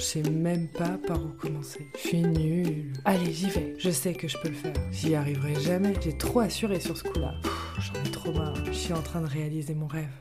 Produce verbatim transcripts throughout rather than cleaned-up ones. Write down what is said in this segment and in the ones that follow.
Je sais même pas par où commencer. Je suis nulle. Allez, j'y vais. Je sais que je peux le faire. J'y arriverai jamais. J'ai trop assuré sur ce coup-là. Pff, J'en ai trop marre. Je suis en train de réaliser mon rêve.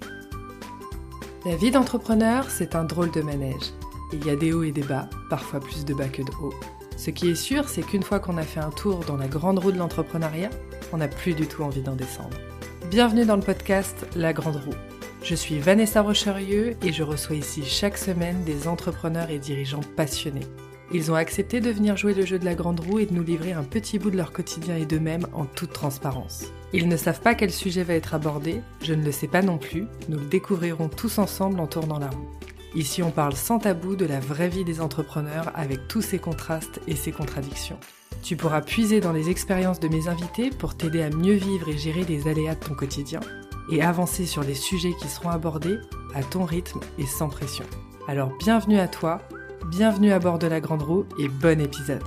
La vie d'entrepreneur, c'est un drôle de manège. Il y a des hauts et des bas, parfois plus de bas que de hauts. Ce qui est sûr, c'est qu'une fois qu'on a fait un tour dans la grande roue de l'entrepreneuriat, on n'a plus du tout envie d'en descendre. Bienvenue dans le podcast La Grande Roue. Je suis Vanessa Rocherieux et je reçois ici chaque semaine des entrepreneurs et dirigeants passionnés. Ils ont accepté de venir jouer le jeu de la Grande Roue et de nous livrer un petit bout de leur quotidien et d'eux-mêmes en toute transparence. Ils ne savent pas quel sujet va être abordé, je ne le sais pas non plus, nous le découvrirons tous ensemble en tournant la roue. Ici on parle sans tabou de la vraie vie des entrepreneurs avec tous ses contrastes et ses contradictions. Tu pourras puiser dans les expériences de mes invités pour t'aider à mieux vivre et gérer les aléas de ton quotidien et avancer sur les sujets qui seront abordés à ton rythme et sans pression. Alors bienvenue à toi, bienvenue à bord de la Grande Roue et bon épisode.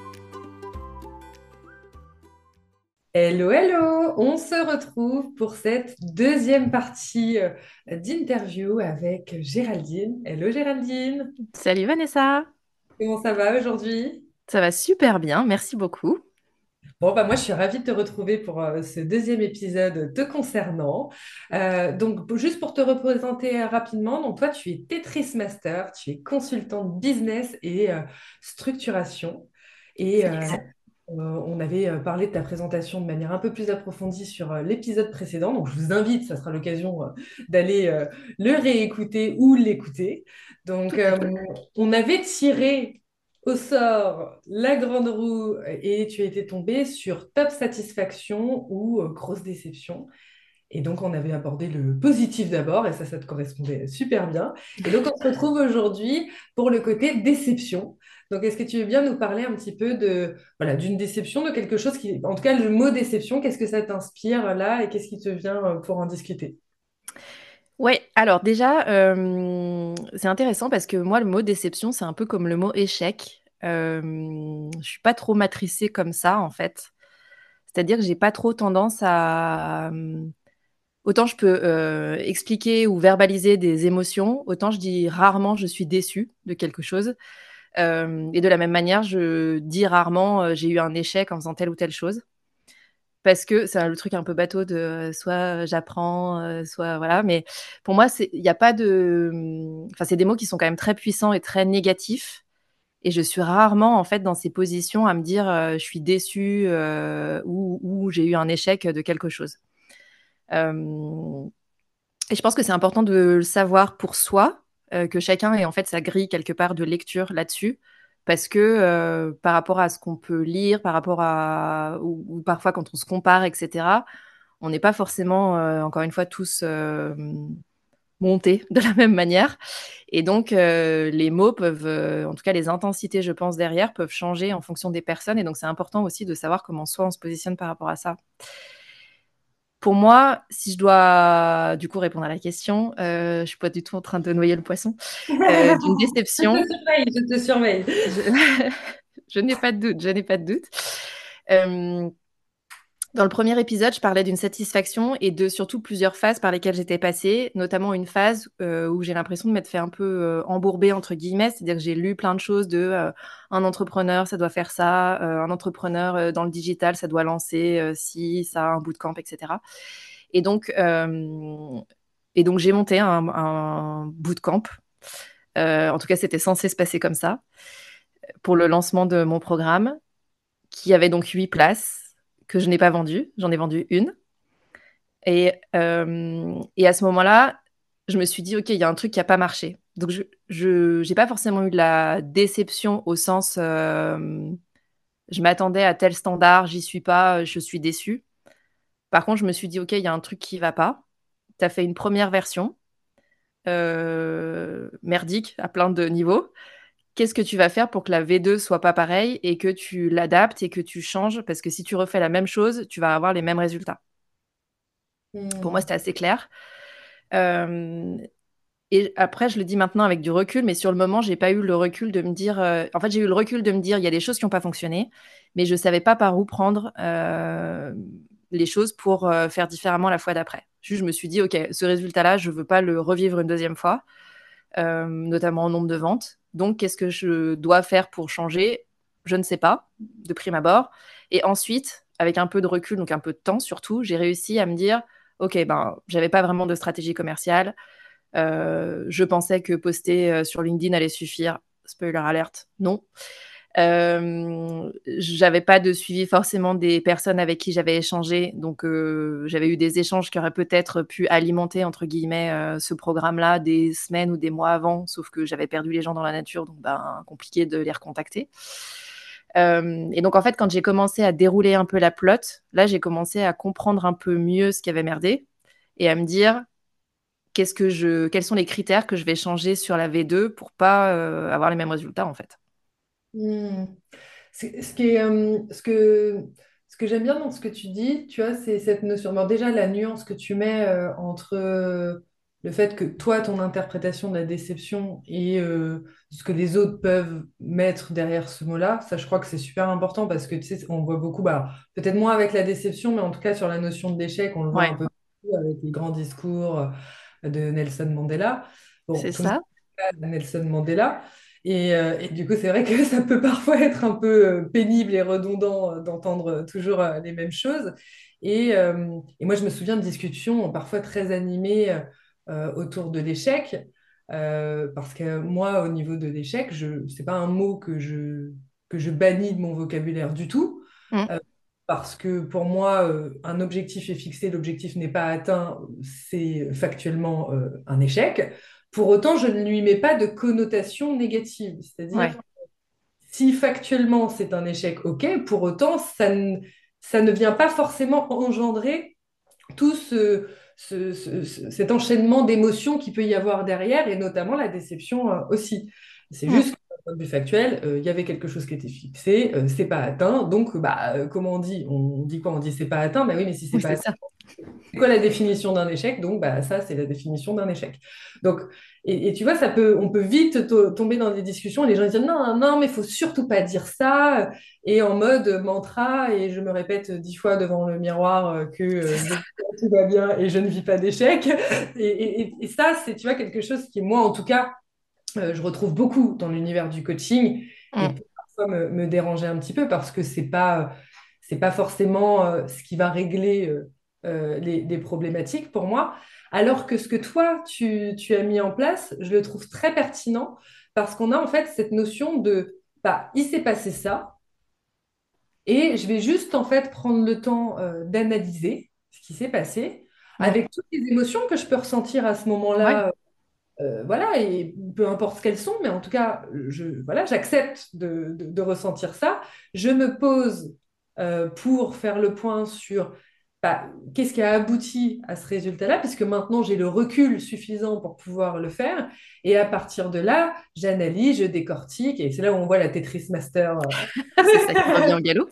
Hello, hello! On se retrouve pour cette deuxième partie euh, d'interview avec Géraldine. Hello Géraldine! Salut Vanessa, Comment ça va aujourd'hui? ça va super bien, merci beaucoup. Bon, bah moi, je suis ravie de te retrouver pour euh, ce deuxième épisode te concernant. Euh, donc, juste pour te représenter euh, rapidement, donc toi, tu es Tetris Master, tu es consultante business et euh, structuration. Et C'est euh, exact. euh, on avait euh, parlé de ta présentation de manière un peu plus approfondie sur euh, l'épisode précédent. Donc, je vous invite, ça sera l'occasion euh, d'aller euh, le réécouter ou l'écouter. Donc, Tout à euh, fait. on avait tiré au sort la grande roue et tu étais tombé sur top satisfaction ou euh, grosse déception. Et donc, on avait abordé le positif d'abord, et ça, ça te correspondait super bien. Et donc, on se retrouve aujourd'hui pour le côté déception. Donc, est-ce que tu veux bien nous parler un petit peu de, voilà, d'une déception, de quelque chose qui, en tout cas, le mot déception, qu'est-ce que ça t'inspire là et qu'est-ce qui te vient euh, pour en discuter? Ouais, alors déjà, euh, c'est intéressant parce que moi, le mot déception, c'est un peu comme le mot échec. Euh, je suis pas trop matricée comme ça, en fait. C'est-à-dire que j'ai pas trop tendance à... Autant je peux euh, expliquer ou verbaliser des émotions, autant je dis rarement je suis déçue de quelque chose. Euh, et de la même manière, je dis rarement euh, j'ai eu un échec en faisant telle ou telle chose. Parce que c'est le truc un peu bateau de euh, soit euh, j'apprends, euh, soit voilà. Mais pour moi, c'est il n'y a pas de. Enfin, c'est des mots qui sont quand même très puissants et très négatifs. Et je suis rarement en fait dans ces positions à me dire euh, je suis déçue euh, ou, ou j'ai eu un échec de quelque chose. Euh, et je pense que c'est important de le savoir pour soi, euh, que chacun ait en fait sa grille quelque part de lecture là-dessus. Parce que euh, par rapport à ce qu'on peut lire, par rapport à. Ou, ou parfois quand on se compare, et cetera, on n'est pas forcément, euh, encore une fois, tous euh, montés de la même manière. Et donc, euh, les mots peuvent, euh, en tout cas les intensités, je pense, derrière, peuvent changer en fonction des personnes. Et donc, c'est important aussi de savoir comment soi on se positionne par rapport à ça. Pour moi, si je dois du coup répondre à la question, euh, je ne suis pas du tout en train de noyer le poisson, euh, d'une Je te déception, surveille, je te surveille. je, je n'ai pas de doute, je n'ai pas de doute. Euh, Dans le premier épisode, je parlais d'une satisfaction et de surtout plusieurs phases par lesquelles j'étais passée, notamment une phase euh, où j'ai l'impression de m'être fait un peu euh, embourber entre guillemets, c'est-à-dire que j'ai lu plein de choses de euh, un entrepreneur, ça doit faire ça, euh, un entrepreneur euh, dans le digital, ça doit lancer euh, ci, ça, un bootcamp, et cetera. Et donc, euh, et donc j'ai monté un, un bootcamp. Euh, en tout cas, c'était censé se passer comme ça pour le lancement de mon programme, qui avait donc huit places que je n'ai pas vendues. J'en ai vendu une. Et, euh, et à ce moment-là, je me suis dit, OK, il y a un truc qui n'a pas marché. Donc, je n'ai pas forcément eu de la déception au sens, euh, je m'attendais à tel standard, j'y suis pas, je suis déçue. Par contre, je me suis dit, OK, il y a un truc qui ne va pas. Tu as fait une première version, euh, merdique à plein de niveaux. Qu'est-ce que tu vas faire pour que la V deux soit pas pareille et que tu l'adaptes et que tu changes? Parce que si tu refais la même chose, tu vas avoir les mêmes résultats. Pour moi, Hmm. c'était assez clair. Euh, Et après, je le dis maintenant avec du recul, mais sur le moment, j'ai pas eu le recul de me dire. euh, En fait, j'ai eu le recul de me dire, il y a des choses qui n'ont pas fonctionné, mais je savais pas par où prendre euh, les choses pour euh, faire différemment la fois d'après. Juste, je me suis dit, ok, ce résultat-là, je veux pas le revivre une deuxième fois. euh, notamment en nombre de ventes. Donc, qu'est-ce que je dois faire pour changer? Je ne sais pas, de prime abord. Et ensuite, avec un peu de recul, donc un peu de temps surtout, j'ai réussi à me dire, OK, ben, j'avais pas vraiment de stratégie commerciale. Euh, je pensais que poster euh, sur LinkedIn allait suffire. Spoiler alerte, non. Euh, j'avais pas de suivi forcément des personnes avec qui j'avais échangé, donc euh, j'avais eu des échanges qui auraient peut-être pu alimenter entre guillemets euh, ce programme-là des semaines ou des mois avant, sauf que j'avais perdu les gens dans la nature, donc ben compliqué de les recontacter. Euh, et donc en fait, quand j'ai commencé à dérouler un peu la plot, là j'ai commencé à comprendre un peu mieux ce qui avait merdé et à me dire qu'est-ce que je, quels sont les critères que je vais changer sur la V deux pour pas euh, avoir les mêmes résultats en fait. Hmm. C'est- Ce qui est, euh, ce que, ce que j'aime bien dans ce que tu dis, tu vois, c'est cette notion. Bon, déjà, la nuance que tu mets euh, entre euh, le fait que toi, ton interprétation de la déception et euh, ce que les autres peuvent mettre derrière ce mot-là, ça, je crois que c'est super important parce que tu sais, on voit beaucoup, bah, peut-être moins avec la déception, mais en tout cas sur la notion de l'échec, on le voit un Ouais, peu partout avec les grands discours euh, de Nelson Mandela. Bon, c'est tout le monde ça. parle de Nelson Mandela. Et, euh, et du coup, c'est vrai que ça peut parfois être un peu euh, pénible et redondant euh, d'entendre toujours euh, les mêmes choses. Et, euh, et moi, je me souviens de discussions parfois très animées euh, autour de l'échec. Euh, parce que moi, au niveau de l'échec, je, c'est pas un mot que je, que je bannis de mon vocabulaire du tout. Mm. Euh, Parce que pour moi, euh, un objectif est fixé, l'objectif n'est pas atteint, c'est factuellement euh, un échec. Pour autant, je ne lui mets pas de connotation négative. C'est-à-dire, Ouais, si factuellement c'est un échec, ok, pour autant, ça ne, ça ne vient pas forcément engendrer tout ce, ce- ce- ce- cet enchaînement d'émotions qu'il peut y avoir derrière, et notamment la déception euh, aussi. C'est mm. juste que d'un point de vue factuel, euh, il y avait quelque chose qui était fixé, euh, c'est pas atteint, donc bah, euh, comment on dit? On dit quoi? On dit c'est pas atteint, bah oui, mais si c'est Oui, pas c'est atteint, ça. c'est quoi la définition d'un échec? Donc, bah, ça, c'est la définition d'un échec. Donc, et, et tu vois, ça peut, on peut vite to- tomber dans des discussions et les gens disent non, non, mais il faut surtout pas dire ça. Et en mode mantra, et je me répète dix fois devant le miroir euh, que C'est euh, je- ça. tout va bien et je ne vis pas d'échec. Et, et- et- et ça, c'est, tu vois, quelque chose qui, moi, en tout cas, euh, je retrouve beaucoup dans l'univers du coaching et Mm. peut parfois me, me déranger un petit peu parce que c'est pas, c'est pas forcément euh, ce qui va régler euh, euh, les, les problématiques pour moi. Alors que ce que toi, tu, tu as mis en place, je le trouve très pertinent parce qu'on a en fait cette notion de, bah, il s'est passé ça et je vais juste en fait prendre le temps euh, d'analyser ce qui s'est passé Mm. avec toutes les émotions que je peux ressentir à ce Ouais, moment-là. Euh, voilà, et peu importe ce qu'elles sont, mais en tout cas, je, voilà, j'accepte de, de- de ressentir ça. Je me pose euh, pour faire le point sur bah, qu'est-ce qui a abouti à ce résultat-là, puisque maintenant j'ai le recul suffisant pour pouvoir le faire. Et à partir de là, j'analyse, je décortique, et c'est là où on voit la Tetris Master. c'est ça qui revient au galop.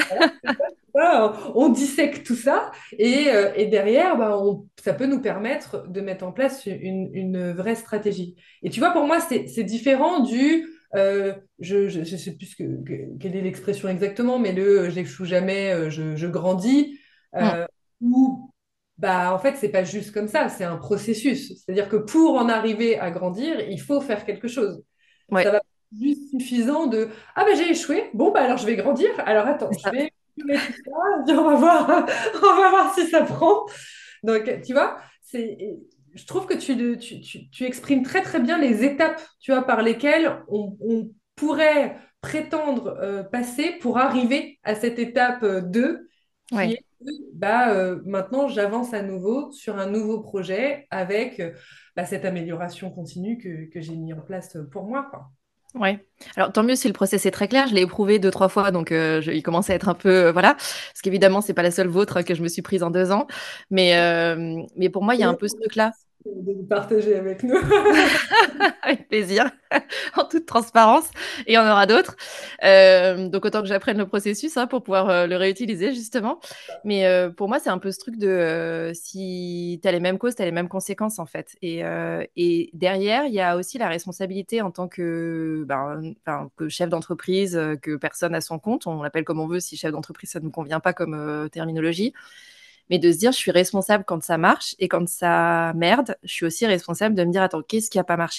Voilà, on dissèque tout ça et, euh, et derrière, bah, on- ça peut nous permettre de mettre en place une, une vraie stratégie. Et tu vois, pour moi, c'est c'est différent du, euh, je ne sais plus ce que, que- quelle est l'expression exactement, mais le euh, j'échoue jamais, euh, je, je grandis, Mm. euh, ou bah, en fait, c'est pas juste comme ça, c'est un processus. C'est-à-dire que pour en arriver à grandir, il faut faire quelque chose. Ça Ouais, va pas être juste suffisant de, ah ben j'ai échoué, bon bah alors je vais grandir, alors attends, c'est je ça. vais met tout ça, et on va voir, on va voir si ça prend. Donc, tu vois, c'est, je trouve que tu, le- tu, tu, tu exprimes très très bien les étapes, tu vois, par lesquelles on, on pourrait prétendre euh, passer pour arriver à cette étape euh, deux, qui Ouais. est bah, euh, maintenant j'avance à nouveau sur un nouveau projet avec euh, bah, cette amélioration continue que, que j'ai mis en place pour moi, quoi. Ouais. Alors tant mieux si le process est très clair. Je l'ai éprouvé deux trois fois, donc euh, je, il commence à être un peu euh, voilà. Parce qu'évidemment, c'est pas la seule vôtre que je me suis prise en deux ans, mais euh, mais pour moi, il y a un peu ce truc-là. De vous partager avec nous. Avec plaisir, en toute transparence, et il y en aura d'autres. Euh, donc autant que j'apprenne le processus hein, pour pouvoir euh, le réutiliser justement. Mais euh, pour moi, c'est un peu ce truc de euh, si tu as les mêmes causes, tu as les mêmes conséquences en fait. Et, euh, et derrière, il y a aussi la responsabilité en tant que, ben, enfin, que chef d'entreprise, euh, que personne à son compte. On l'appelle comme on veut, si chef d'entreprise, ça ne nous convient pas comme euh, terminologie. Mais de se dire, je suis responsable quand ça marche et quand ça merde, je suis aussi responsable de me dire, attends, qu'est-ce qui a pas marché?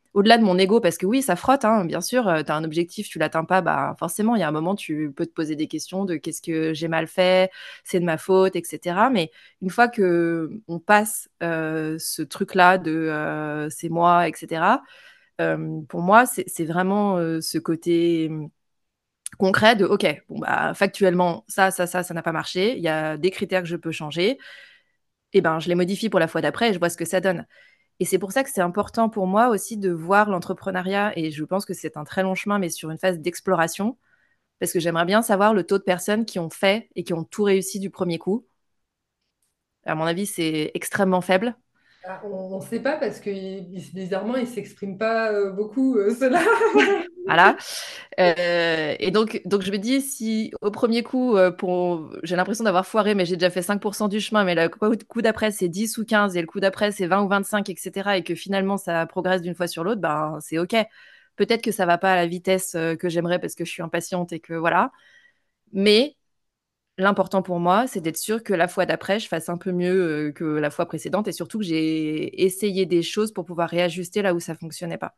au-delà de mon ego, parce que oui, ça frotte, hein, bien sûr, euh, tu as un objectif, tu l'atteins pas, bah forcément, il y a un moment, tu peux te poser des questions de qu'est-ce que j'ai mal fait, c'est de ma faute, et cetera. Mais une fois que on passe euh, ce truc-là de euh, c'est moi, et cetera, euh, pour moi, c'est c'est vraiment euh, ce côté hum, concret de OK, bon, bah, factuellement, ça, ça, ça, ça n'a pas marché, il y a des critères que je peux changer, et ben, je les modifie pour la fois d'après et je vois ce que ça donne. Et c'est pour ça que c'est important pour moi aussi de voir l'entrepreneuriat, et je pense que c'est un très long chemin, mais sur une phase d'exploration, parce que j'aimerais bien savoir le taux de personnes qui ont fait et qui ont tout réussi du premier coup. À mon avis, c'est extrêmement faible. Ah, on ne sait pas parce que il- il- bizarrement, ils ne s'expriment pas euh, beaucoup, euh, ceux-là. Voilà. Euh, et donc, donc, je me dis, si au premier coup, euh, pour... j'ai l'impression d'avoir foiré, mais j'ai déjà fait cinq pour cent du chemin, mais le coup coup d'après, c'est dix ou quinze, et le coup d'après, c'est vingt ou vingt-cinq, et cetera, et que finalement, ça progresse d'une fois sur l'autre, ben, c'est OK. Peut-être que ça va pas à la vitesse euh, que j'aimerais parce que je suis impatiente et que voilà. Mais l'important pour moi, c'est d'être sûr que la fois d'après, je fasse un peu mieux euh, que la fois précédente, et surtout que j'ai essayé des choses pour pouvoir réajuster là où ça fonctionnait pas.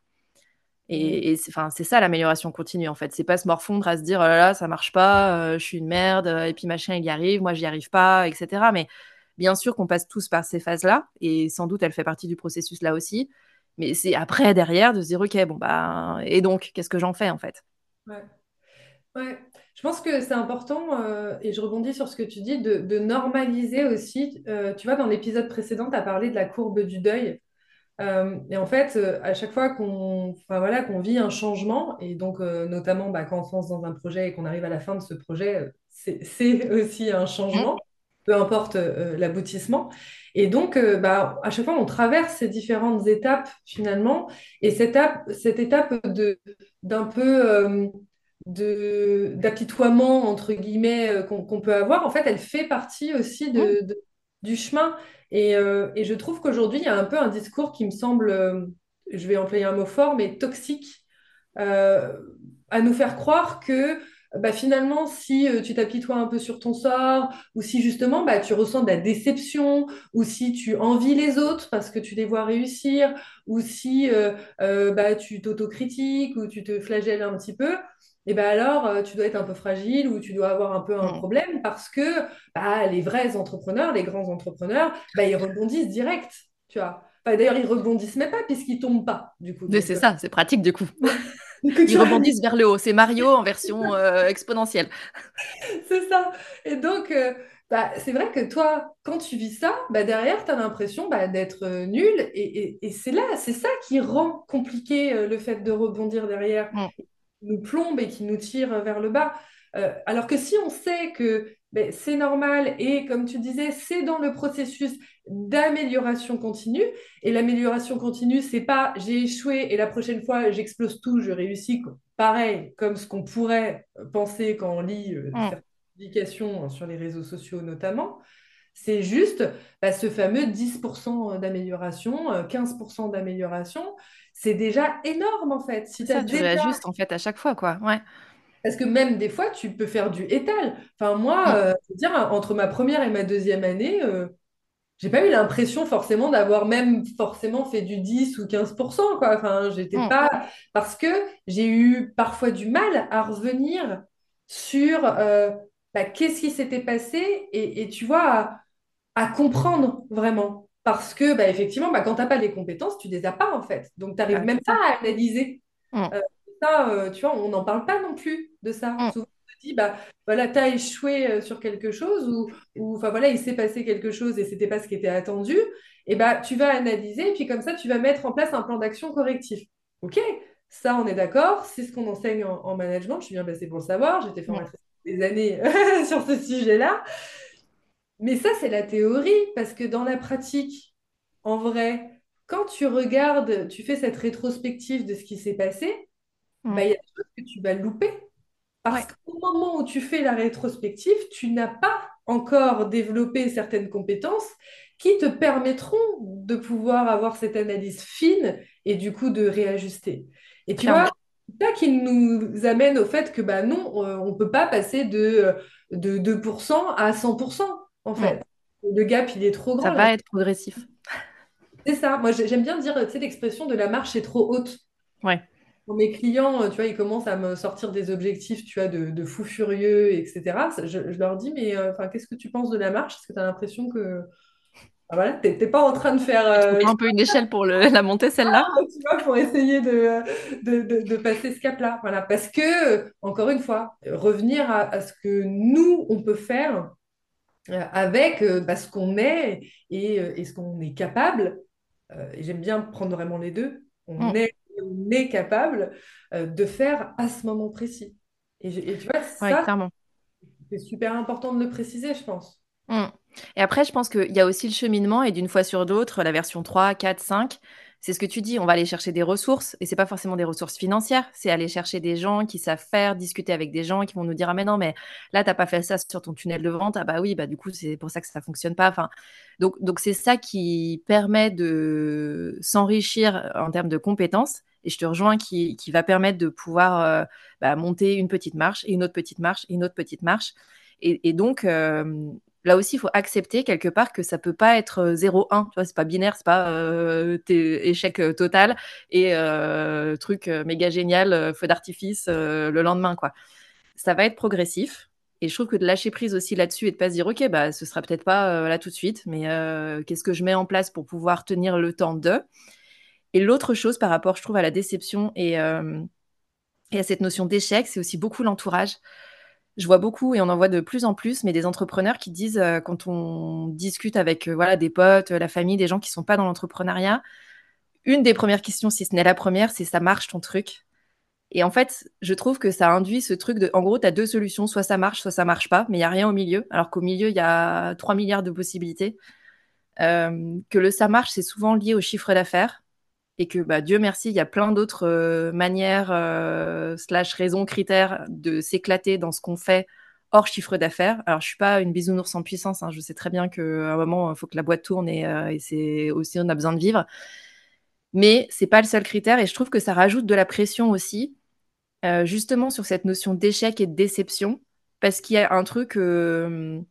Mm. Et, et c'est, enfin, c'est ça l'amélioration continue en fait. C'est pas se morfondre à se dire oh là là, ça marche pas, euh, je suis une merde, euh, et puis machin, il y arrive, moi j'y arrive pas, et cetera. Mais bien sûr qu'on passe tous par ces phases-là, et sans doute elle fait partie du processus là aussi. Mais c'est après, derrière, de se dire ok, bon bah, et donc, qu'est-ce que j'en fais en fait? Ouais. Ouais. Je pense que c'est important, euh, et je rebondis sur ce que tu dis, de, de normaliser aussi. Euh, tu vois, dans l'épisode précédent, tu as parlé de la courbe du deuil. Euh, et en fait, euh, à chaque fois qu'on enfin, voilà, qu'on vit un changement, et donc euh, notamment bah, quand on se lance dans un projet et qu'on arrive à la fin de ce projet, euh, c'est c'est aussi un Mm, changement, peu importe euh, l'aboutissement. Et donc, euh, bah, à chaque fois, on traverse ces différentes étapes finalement. Et cette étape, cette étape de, d'un peu euh, de, d'apitoiement, entre guillemets, euh, qu'on qu'on peut avoir, en fait, elle fait partie aussi mm, de, de- du chemin. Et, euh, et je trouve qu'aujourd'hui, il y a un peu un discours qui me semble, euh, je vais employer un mot fort, mais toxique, euh, à nous faire croire que bah, finalement, si euh, tu t'apitoies un peu sur ton sort, ou si justement bah, tu ressens de la déception, ou si tu envies les autres parce que tu les vois réussir, ou si euh, euh, bah, tu t'autocritiques, ou tu te flagelles un petit peu, et ben alors euh, tu dois être un peu fragile, ou tu dois avoir un peu un mm. problème parce que bah, les vrais entrepreneurs, les grands entrepreneurs, bah, ils rebondissent direct, tu vois. Enfin, d'ailleurs, ils rebondissent même pas puisqu'ils tombent pas, du coup. Mais Donc, c'est euh, ça, c'est pratique du coup. du coup, Ils tu vois, rebondissent vers le haut. C'est Mario en version euh, exponentielle. c'est ça. Et donc, euh, bah, c'est vrai que toi, quand tu vis ça, bah, derrière, tu as l'impression bah, d'être euh, nul. Et, et- et c'est là, c'est ça qui rend compliqué euh, le fait de rebondir derrière, Mm, qui nous plombe et qui nous tire vers le bas. Euh, alors que si on sait que ben, c'est normal et comme tu disais, c'est dans le processus d'amélioration continue. Et l'amélioration continue, c'est pas j'ai échoué et la prochaine fois j'explose tout, je réussis. Pareil, comme ce qu'on pourrait penser quand on lit euh, mm. certaines publications sur les réseaux sociaux notamment. C'est juste bah, ce fameux dix pour cent d'amélioration, euh, quinze pour cent d'amélioration. C'est déjà énorme en fait. Si C'est tu as ça, tu déjà réajustes en fait à chaque fois, quoi. Ouais. parce que même des fois, tu peux faire du étal. Enfin, moi, Mm, euh, je veux dire, entre ma première et ma deuxième année, euh, j'ai pas eu l'impression forcément d'avoir même forcément fait du dix ou quinze pour cent, quoi. Enfin, j'étais mm. pas... Parce que j'ai eu parfois du mal à revenir sur euh, bah, qu'est-ce qui s'était passé et, et tu vois, à, à comprendre vraiment. Parce que, bah, effectivement, bah, quand tu n'as pas les compétences, tu les as pas, en fait. Donc, tu n'arrives Bah, même c'est pas ça. à analyser. Mm, Euh, ça, euh, tu vois, on n'en parle pas non plus de ça. mm. Souvent, on te dit, bah, voilà, tu as échoué euh, sur quelque chose ou, ou enfin, voilà, il s'est passé quelque chose et c'était pas ce qui était attendu. Et bah, tu vas analyser et puis comme ça, tu vas mettre en place un plan d'action correctif. OK, ça, on est d'accord. C'est ce qu'on enseigne en, en management. Je suis bien placée pour le savoir. J'étais Mm. formatrice des années sur ce sujet-là. Mais ça, c'est la théorie, parce que dans la pratique, en vrai, quand tu regardes, tu fais cette rétrospective de ce qui s'est passé, bah, Mm. il y a des choses que tu vas louper. Parce Ouais, qu'au moment où tu fais la rétrospective, tu n'as pas encore développé certaines compétences qui te permettront de pouvoir avoir cette analyse fine et du coup de réajuster. Et tu vois, clairement. c'est ça qui nous amène au fait que bah non, euh, on ne peut pas passer de, de deux pour cent à cent pour cent en Mm. fait. Le gap, il est trop Ça grand là. va être progressif. C'est ça. Moi, j'ai- j'aime bien dire, tu sais, l'expression de la marche est trop haute. Ouais. Pour mes clients, euh, tu vois, ils commencent à me sortir des objectifs, tu vois, de, de fous furieux, et cetera. Ça, Je, je leur dis, mais euh, enfin, qu'est-ce que tu penses de la marche? Est-ce que tu as l'impression que ah, voilà, t'es t'es pas en train de faire, Il te faut euh, pas un peu une échelle pour le- la monter, celle-là? tu vois, pour essayer de, de, de- de passer ce cap-là. Voilà, parce que, encore une fois, revenir à, à ce que nous, on peut faire euh, avec euh, bah, ce qu'on est et, euh, et ce qu'on est capable. Euh, et j'aime bien prendre vraiment les deux. On Mm. est, on est capable euh, de faire à ce moment précis. Et, je- et tu vois, Ouais, ça, clairement. c'est super important de le préciser, je pense. Mm. Et après, je pense qu'il y a aussi le cheminement et d'une fois sur l'autre, la version trois, quatre, cinq, c'est ce que tu dis, on va aller chercher des ressources et c'est pas forcément des ressources financières, c'est aller chercher des gens qui savent faire, discuter avec des gens qui vont nous dire: «Ah mais non, mais là, t'as pas fait ça sur ton tunnel de vente. Ah bah oui, bah du coup, c'est pour ça que ça fonctionne pas». Enfin, donc donc c'est ça qui permet de s'enrichir en termes de compétences et je te rejoins qui qui va permettre de pouvoir, heu, bah, monter une petite marche et une autre petite marche et une autre petite marche et et donc hem là aussi, il faut accepter quelque part que ça peut pas être euh, zéro un. Tu vois, c'est pas binaire, c'est pas euh, t'es échec euh, total et euh, truc euh, méga génial, euh, feu d'artifice euh, le lendemain, quoi. Ça va être progressif. Et je trouve que de lâcher prise aussi là-dessus et de pas se dire, OK, bah, ce sera peut-être pas euh, là tout de suite, mais euh, qu'est-ce que je mets en place pour pouvoir tenir le temps de. Et l'autre chose par rapport, je trouve, à la déception et, euh, et à cette notion d'échec, c'est aussi beaucoup l'entourage. Je vois beaucoup et on en voit de plus en plus, mais des entrepreneurs qui disent, heu, quand on discute avec, heu, voilà, des potes, heu, la famille, des gens qui sont pas dans l'entrepreneuriat, une des premières questions, si ce n'est la première, c'est: «Ça marche ton truc?» Et en fait, je trouve que ça induit ce truc de en gros, tu as deux solutions, soit ça marche, soit ça marche pas, mais il y a rien au milieu. Alors qu'au milieu, il y a trois milliards de possibilités. Hem, que le ça marche, c'est souvent lié au chiffre d'affaires et que, bah, Dieu merci, il y a plein d'autres, heu, manières, heu, slash raisons, critères de s'éclater dans ce qu'on fait hors chiffre d'affaires. Alors je suis pas une bisounours en puissance, hein, je sais très bien qu'à un moment, il faut que la boîte tourne et heu et c'est aussi on a besoin de vivre. Mais c'est pas le seul critère et je trouve que ça rajoute de la pression aussi, heu, justement sur cette notion d'échec et de déception parce qu'il y a un truc, hem,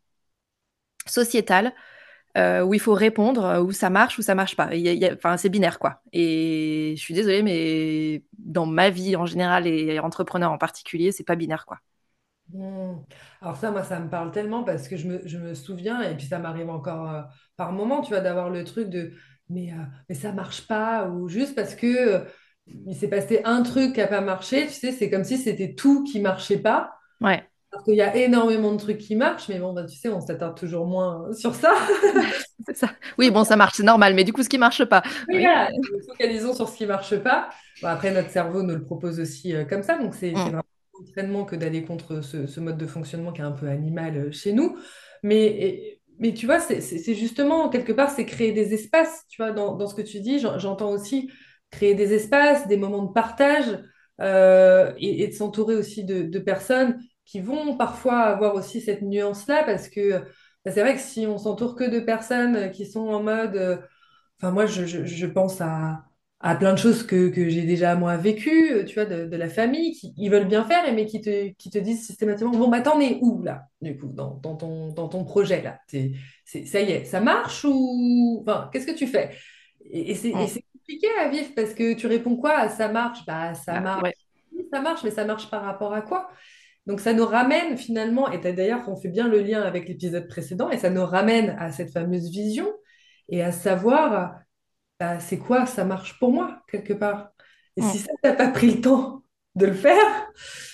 sociétal heu, où il faut répondre, heu, où ça marche ou ça marche pas. Il y a il y a enfin, c'est binaire, quoi et je suis désolée, mais dans ma vie en général et entrepreneur en particulier, c'est pas binaire, quoi. Hmm. Alors ça, moi, ça me parle tellement parce que je me, je me souviens, et puis ça m'arrive encore euh, par moment, tu vois, d'avoir le truc de mais, euh, mais ça marche pas, ou juste parce que euh, il s'est passé un truc qui n'a pas marché, tu sais, c'est comme si c'était tout qui marchait pas. Ouais, Parce qu'il y a énormément de trucs qui marchent, mais bon, bah, tu sais, on s'attarde toujours moins sur ça. c'est ça. Oui, bon, ça marche, c'est normal, mais du coup, ce qui marche pas. Oui, Oui, voilà, nous focalisons sur ce qui marche pas. Bon, après, notre cerveau nous le propose aussi euh, comme ça, donc c'est c'est mmh, vraiment un entraînement que d'aller contre ce, ce mode de fonctionnement qui est un peu animal euh, chez nous. Mais, et- mais tu vois, c'est c'est- c'est justement, quelque part, c'est créer des espaces, tu vois, dans, dans ce que tu dis, j'en- j'entends aussi créer des espaces, des moments de partage euh, et, et de s'entourer aussi de, de personnes qui vont parfois avoir aussi cette nuance-là, parce que bah, c'est vrai que si on s'entoure que de personnes qui sont en mode... euh, Enfin, moi, je, je- je pense à, à plein de choses que, que j'ai déjà, moi, vécues, euh, tu vois, de, de la famille, qui ils veulent bien faire, mais qui te, qui te disent systématiquement, bon, bah, t'en es où, là, du coup, dans, dans ton, dans ton projet, là? T'es- c'est, ça y est, ça marche ou... Enfin, qu'est-ce que tu fais? Et, et c'est et mmh. c'est compliqué à vivre parce que tu réponds quoi à ça marche? Bah, ça Bah, marche. ouais. Oui, ça marche, mais ça marche par rapport à quoi? Donc, ça nous ramène finalement, et t'as- d'ailleurs, on fait bien le lien avec l'épisode précédent, et ça nous ramène à cette fameuse vision et à savoir bah, c'est quoi, ça marche pour moi, quelque part. Et Mmh. si ça, t'as pas pris le temps de le faire,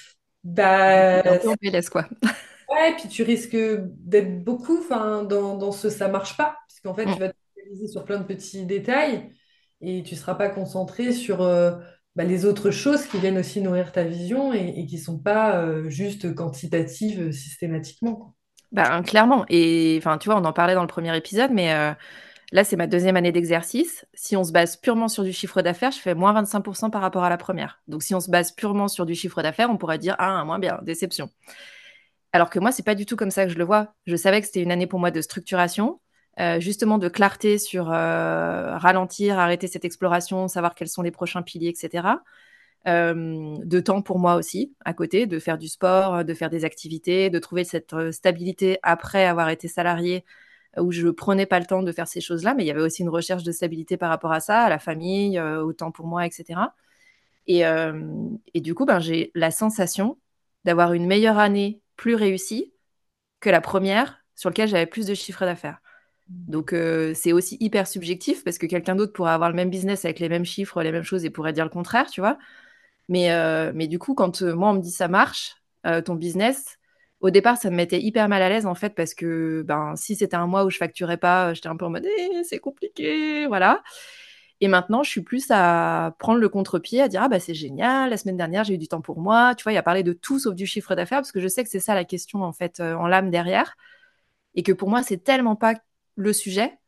Du coup, bah, tu es un peu en P L S, quoi. ouais, puis tu risques d'être beaucoup enfin, dans, dans ce ça marche pas, puisqu'en fait, Mmh. tu vas te focaliser sur plein de petits détails et tu seras pas concentré sur euh, bah, les autres choses qui viennent aussi nourrir ta vision et, et qui sont pas euh, juste quantitatives euh, systématiquement, quoi. Ben, clairement et enfin, tu vois, on en parlait dans le premier épisode, mais heu, là, c'est ma deuxième année d'exercice. Si on se base purement sur du chiffre d'affaires, je fais moins vingt-cinq par rapport à la première. Donc si on se base purement sur du chiffre d'affaires, on pourrait dire: «Ah, moins bien, déception». Alors que moi, c'est pas du tout comme ça que je le vois. Je savais que c'était une année pour moi de structuration, heu, justement de clarté sur, heu, ralentir, arrêter cette exploration, savoir quels sont les prochains piliers et cetera. Hem, de temps pour moi aussi, à côté, de faire du sport, de faire des activités, de trouver cette, heu, stabilité après avoir été salariée, où je prenais pas le temps de faire ces choses-là, mais il y avait aussi une recherche de stabilité par rapport à ça, à la famille, euh, au temps pour moi, et cetera. Et, euh, et du coup, ben, j'ai la sensation d'avoir une meilleure année plus réussie que la première sur laquelle j'avais plus de chiffre d'affaires. Donc, euh, c'est aussi hyper subjectif parce que quelqu'un d'autre pourrait avoir le même business avec les mêmes chiffres, les mêmes choses et pourrait dire le contraire, tu vois. Mais, euh, mais du coup, quand euh, moi, on me dit ça marche, euh, ton business, au départ, ça me mettait hyper mal à l'aise en fait parce que ben, si c'était un mois où je facturais pas, j'étais un peu en mode eh, c'est compliqué, voilà. Et maintenant, je suis plus à prendre le contre-pied, à dire ah bah c'est génial, la semaine dernière j'ai eu du temps pour moi, tu vois, il y a parlé de tout sauf du chiffre d'affaires parce que je sais que c'est ça la question en fait euh, en l'âme derrière et que pour moi c'est tellement pas le sujet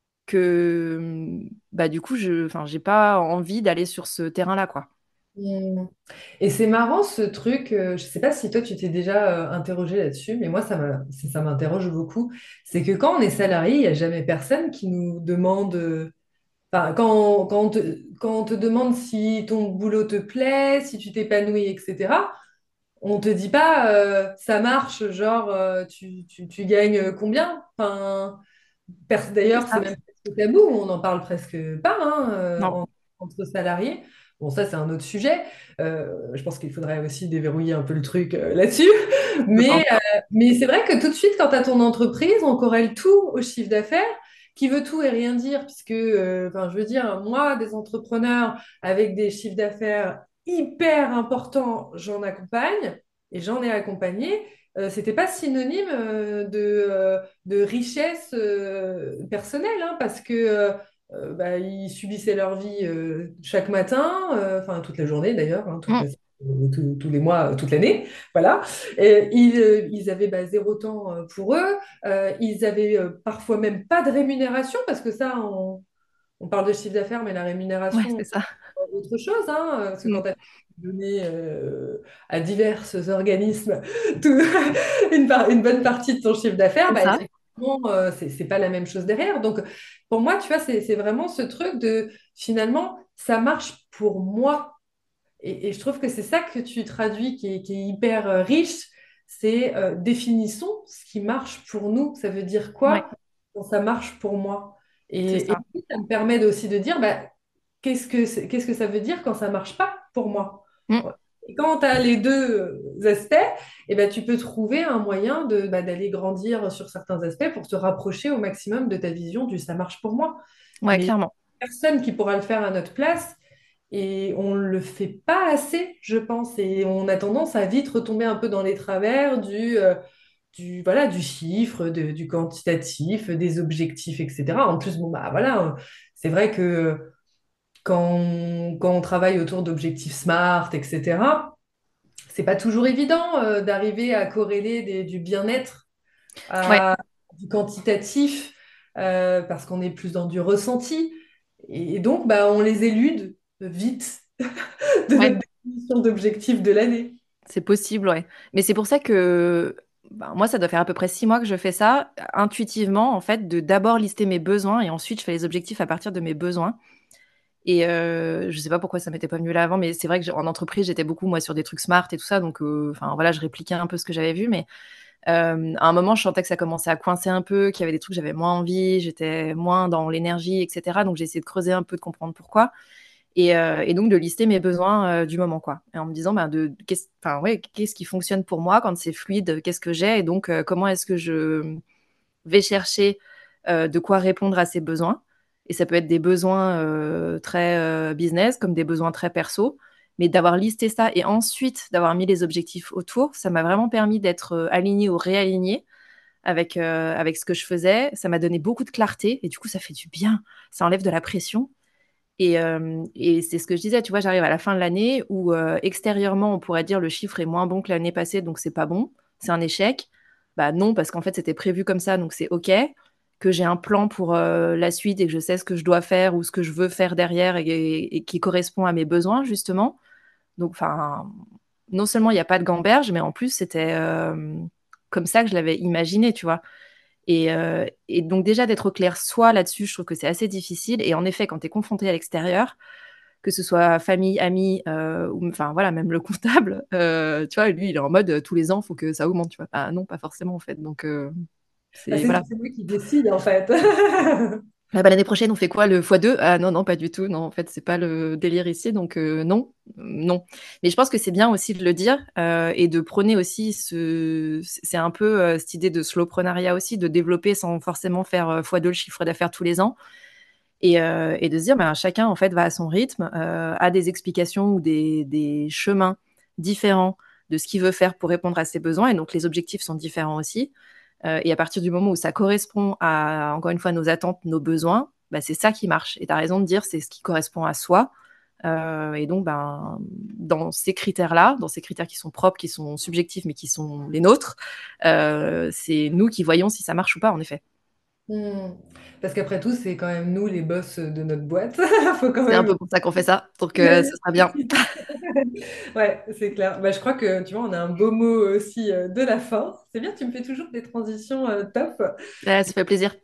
que bah du coup je, enfin j'ai pas envie d'aller sur ce terrain-là quoi. Mm. Et c'est marrant ce truc, euh, je sais pas si toi tu t'es déjà euh, interrogé là-dessus, mais moi ça m'a- ça ça m'interroge beaucoup. C'est que quand on est salarié, il n'y a jamais personne qui nous demande, euh, enfin, quand, quand on te, quand on te demande si ton boulot te plaît, si tu t'épanouis, et cetera, on te dit pas euh, ça marche, genre euh, tu, tu, tu gagnes combien? Enfin, pers- C'est d'ailleurs, c'est ça. même presque tabou, on n'en parle presque pas hein, euh, Non, en- entre salariés. Bon, ça, c'est un autre sujet. Euh, je pense qu'il faudrait aussi déverrouiller un peu le truc euh, là-dessus. je Mais, pense. euh, mais c'est vrai que tout de suite, quand tu as ton entreprise, on corrèle tout au chiffre d'affaires, qui veut tout et rien dire, puisque, euh, enfin, je veux dire, moi, des entrepreneurs avec des chiffres d'affaires hyper importants, j'en accompagne et j'en ai accompagné. Euh, c'était pas synonyme euh, de, euh, de richesse euh, personnelle, hein, parce que euh, euh, bah, ils subissaient leur vie euh, chaque matin, euh, enfin toute la journée d'ailleurs, hein, toute Mm. la- euh, tous tous les mois, euh, toute l'année, voilà. Et ils, euh, ils avaient bah, zéro temps euh, pour eux. Euh, ils avaient euh, parfois même pas de rémunération, parce que ça, on, on parle de chiffre d'affaires, mais la Ouais, rémunération, c'est ça. c'est autre chose, hein, parce que quand Mm. tu as donné euh, à divers organismes tout- une, par- une bonne partie de ton chiffre d'affaires, C'est bah, ça. effectivement, euh, c'est c'est pas la même chose derrière. Donc, pour moi, tu vois, c'est c'est vraiment ce truc de finalement, ça marche pour moi. Et, et je trouve que c'est ça que tu traduis qui est, qui est hyper euh, riche. C'est euh, définissons ce qui marche pour nous. Ça veut dire Ouais, quoi quand ça marche pour moi? c'est Et, et ça. puis, ça me permet aussi de dire, bah, qu'est-ce que, c'est- qu'est-ce que ça veut dire quand ça marche pas pour moi? Mm. Et quand tu as les deux aspects, eh ben, tu peux trouver un moyen de, bah, d'aller grandir sur certains aspects pour te rapprocher au maximum de ta vision du ça marche pour moi. Ouais, Mais clairement. personne qui pourra le faire à notre place et on ne le fait pas assez, je pense. Et on a tendance à vite retomber un peu dans les travers du, euh, du, voilà, du chiffre, de- du quantitatif, des objectifs, et cetera. En plus, bon, bah, voilà, c'est vrai que quand on, quand on travaille autour d'objectifs SMART, et cetera, c'est pas toujours évident euh, d'arriver à corréler des- du bien-être Ouais, à du quantitatif euh, parce qu'on est plus dans du ressenti. Et, et donc, bah, on les élude vite de ouais. notre définition d'objectif de l'année. C'est possible, ouais. Mais c'est pour ça que ben, moi, ça doit faire à peu près six mois que je fais ça, intuitivement, en fait, de d'abord lister mes besoins et ensuite je fais les objectifs à partir de mes besoins. Et euh, je sais pas pourquoi ça m'était pas venu là avant, mais c'est vrai que j'ai- en entreprise, j'étais beaucoup, moi, sur des trucs smart et tout ça. Donc, euh, enfin, voilà, je répliquais un peu ce que j'avais vu. Mais euh, à un moment, je sentais que ça commençait à coincer un peu, qu'il y avait des trucs que j'avais moins envie, j'étais moins dans l'énergie, et cetera. Donc, j'ai essayé de creuser un peu, de comprendre pourquoi. Et, euh, et donc de lister mes besoins euh, du moment, quoi. Et en me disant, ben, de, qu'est-ce, enfin, ouais, qu'est-ce qui fonctionne pour moi quand c'est fluide, qu'est-ce que j'ai, et donc euh, comment est-ce que je vais chercher euh, de quoi répondre à ces besoins. Et ça peut être des besoins euh, très euh, business, comme des besoins très perso. Mais d'avoir listé ça et ensuite d'avoir mis les objectifs autour, ça m'a vraiment permis d'être euh, alignée ou réalignée avec, euh, avec ce que je faisais. Ça m'a donné beaucoup de clarté et du coup, ça fait du bien. Ça enlève de la pression. Et, euh, et c'est ce que je disais, tu vois, j'arrive à la fin de l'année où euh, extérieurement, on pourrait dire le chiffre est moins bon que l'année passée, donc c'est pas bon, c'est un échec. Bah non, parce qu'en fait, c'était prévu comme ça, donc c'est OK. Que j'ai un plan pour euh, la suite et que je sais ce que je dois faire ou ce que je veux faire derrière et, et- et qui correspond à mes besoins, justement. Donc, enfin, non seulement il n'y a pas de gamberge, mais en plus, c'était euh, comme ça que je l'avais imaginé, tu vois. Et, euh, et donc déjà d'être au clair soi là-dessus, je trouve que c'est assez difficile. Et en effet, quand tu es confronté à l'extérieur, que ce soit famille, amis, euh, ou enfin voilà, même le comptable, euh, tu vois, lui, il est en mode euh, tous les ans, il faut que ça augmente, tu vois. Ah non, pas forcément en fait. Donc, euh, C'est Ah, c'est, voilà. c'est moi qui décide en fait. Ah bah, l'année prochaine, on fait quoi? Le fois deux? Ah non, non, pas du tout. Non, en fait, c'est pas le délire ici, donc heu, non, non. Mais je pense que c'est bien aussi de le dire, heu et de prôner aussi ce c'est un peu, heu, cette idée de slowpreneuriat aussi, de développer sans forcément faire, heu, fois deux le chiffre d'affaires tous les ans et heu et de se dire, ben, chacun, en fait, va à son rythme, heu, a des explications ou des des chemins différents de ce qu'il veut faire pour répondre à ses besoins et donc les objectifs sont différents aussi. Heu et à partir du moment où ça correspond à, encore une fois, nos attentes, nos besoins, bah, c'est ça qui marche et tu as raison de dire, c'est ce qui correspond à soi, heu et donc ben, dans ces critères-là, dans ces critères qui sont propres, qui sont subjectifs, mais qui sont les nôtres, heu, c'est nous qui voyons si ça marche ou pas, en effet. Hmm. Parce qu'après tout, c'est quand même nous les boss de notre boîte. Faut quand C'est un même. peu pour ça qu'on fait ça, donc heu, ce sera bien. Ouais, c'est clair. Bah, je crois que tu vois, on a un beau mot aussi euh, de la fin. C'est bien, tu me fais toujours des transitions euh, top. Ouais, ça fait plaisir.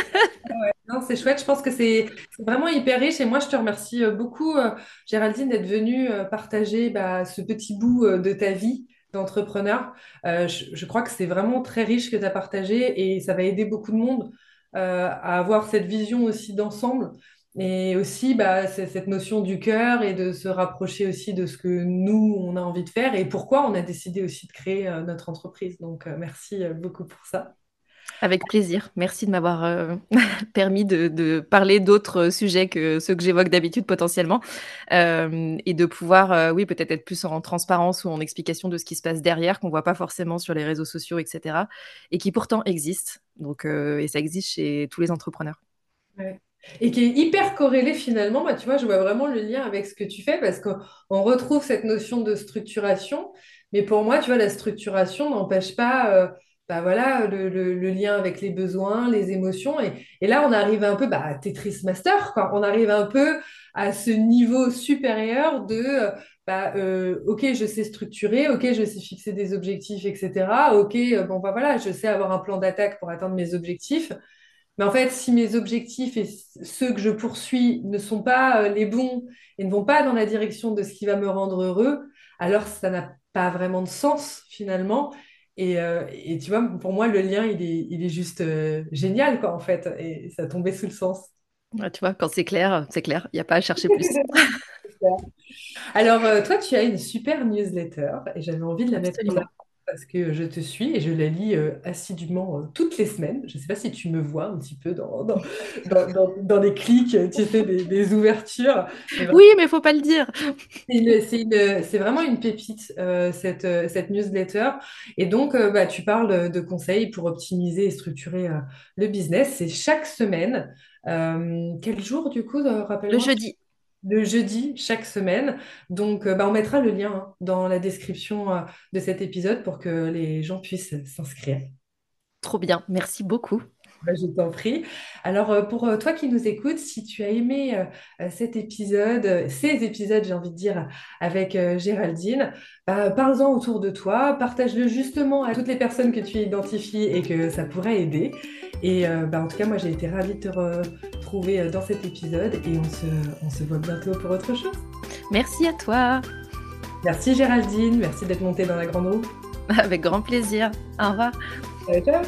Non, c'est chouette. Je pense que c'est c'est vraiment hyper riche. Et moi, je te remercie euh, beaucoup, euh, Géraldine, d'être venue euh, partager bah, ce petit bout euh, de ta vie d'entrepreneur. Euh, je, je crois que c'est vraiment très riche que tu as partagé et ça va aider beaucoup de monde euh, à avoir cette vision aussi d'ensemble. Et aussi bah, c'est cette notion du cœur et de se rapprocher aussi de ce que nous, on a envie de faire et pourquoi on a décidé aussi de créer euh, notre entreprise. Donc, euh, merci euh, beaucoup pour ça. Avec plaisir. Merci de m'avoir, heu, permis de de parler d'autres sujets que ceux que j'évoque d'habitude potentiellement, hem et de pouvoir, heu, oui, peut-être être plus en transparence ou en explication de ce qui se passe derrière, qu'on voit pas forcément sur les réseaux sociaux et cetera et qui pourtant existent donc heu et ça existe chez tous les entrepreneurs. Ouais. Et qui est hyper corrélé finalement, bah, tu vois, je vois vraiment le lien avec ce que tu fais parce qu'on on retrouve cette notion de structuration, mais pour moi, tu vois, la structuration n'empêche pas euh, bah, voilà, le, le- le lien avec les besoins, les émotions. Et, et là, on arrive un peu bah, à Tetris Master, quoi. On arrive un peu à ce niveau supérieur de, euh, bah, euh, ok, je sais structurer, ok, je sais fixer des objectifs, et cetera. Ok, euh, bon, bah, voilà, je sais avoir un plan d'attaque pour atteindre mes objectifs. Mais en fait, si mes objectifs et ceux que je poursuis ne sont pas euh, les bons et ne vont pas dans la direction de ce qui va me rendre heureux, alors ça n'a pas vraiment de sens finalement. Et, euh, et tu vois, pour moi, le lien, il est, il est juste euh, génial, quoi, en fait. Et ça tombait sous le sens. Ouais, tu vois, quand c'est clair, c'est clair, il y a pas à chercher plus. Alors, euh, toi, tu as une super newsletter et j'avais envie de la mettre en avant Absolument. parce que je te suis et je la lis euh, assidûment euh, toutes les semaines. Je ne sais pas si tu me vois un petit peu dans, dans, dans, dans- dans les clics, tu sais, des, des ouvertures. Mais Oui, mais faut pas le dire. c'est une- c'est une- c'est vraiment une pépite, euh, cette, euh, cette newsletter. Et donc, euh, bah, tu parles de conseils pour optimiser et structurer euh, le business. C'est chaque semaine. Euh, quel jour, du coup, euh, Le rappelle-moi? jeudi. Le jeudi, chaque semaine. Donc, euh, bah, on mettra le lien hein, dans la description euh, de cet épisode pour que les gens puissent s'inscrire. Trop bien, merci beaucoup. Bah, je t'en prie. Alors, euh, pour euh, toi qui nous écoutes, si tu as aimé euh, euh, cet épisode, euh, ces épisodes, j'ai envie de dire, avec euh, Géraldine, bah, parle-en autour de toi, partage-le justement à toutes les personnes que tu identifies et que ça pourrait aider. Et euh, bah, en tout cas, moi, j'ai été ravie de te retrouver euh, dans cet épisode et on se, on se voit bientôt pour autre chose. Merci à toi. Merci Géraldine, merci d'être montée dans la grande roue. Avec grand plaisir. Au revoir. Ciao, ciao.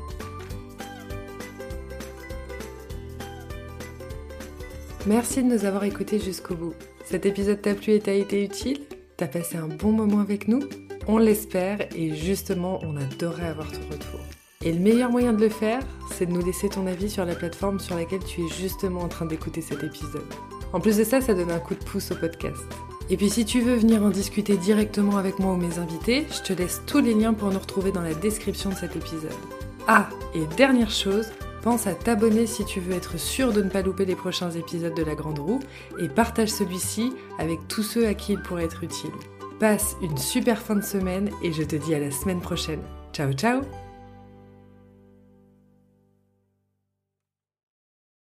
Merci de nous avoir écoutés jusqu'au bout. Cet épisode t'a plu et t'a été utile? T'as passé un bon moment avec nous? On l'espère et justement, on adorerait avoir ton retour. Et le meilleur moyen de le faire, c'est de nous laisser ton avis sur la plateforme sur laquelle tu es justement en train d'écouter cet épisode. En plus de ça, ça donne un coup de pouce au podcast. Et puis si tu veux venir en discuter directement avec moi ou mes invités, je te laisse tous les liens pour nous retrouver dans la description de cet épisode. Ah, et dernière chose, pense à t'abonner si tu veux être sûr de ne pas louper les prochains épisodes de La Grande Roue et partage celui-ci avec tous ceux à qui il pourrait être utile. Passe une super fin de semaine et je te dis à la semaine prochaine. Ciao ciao!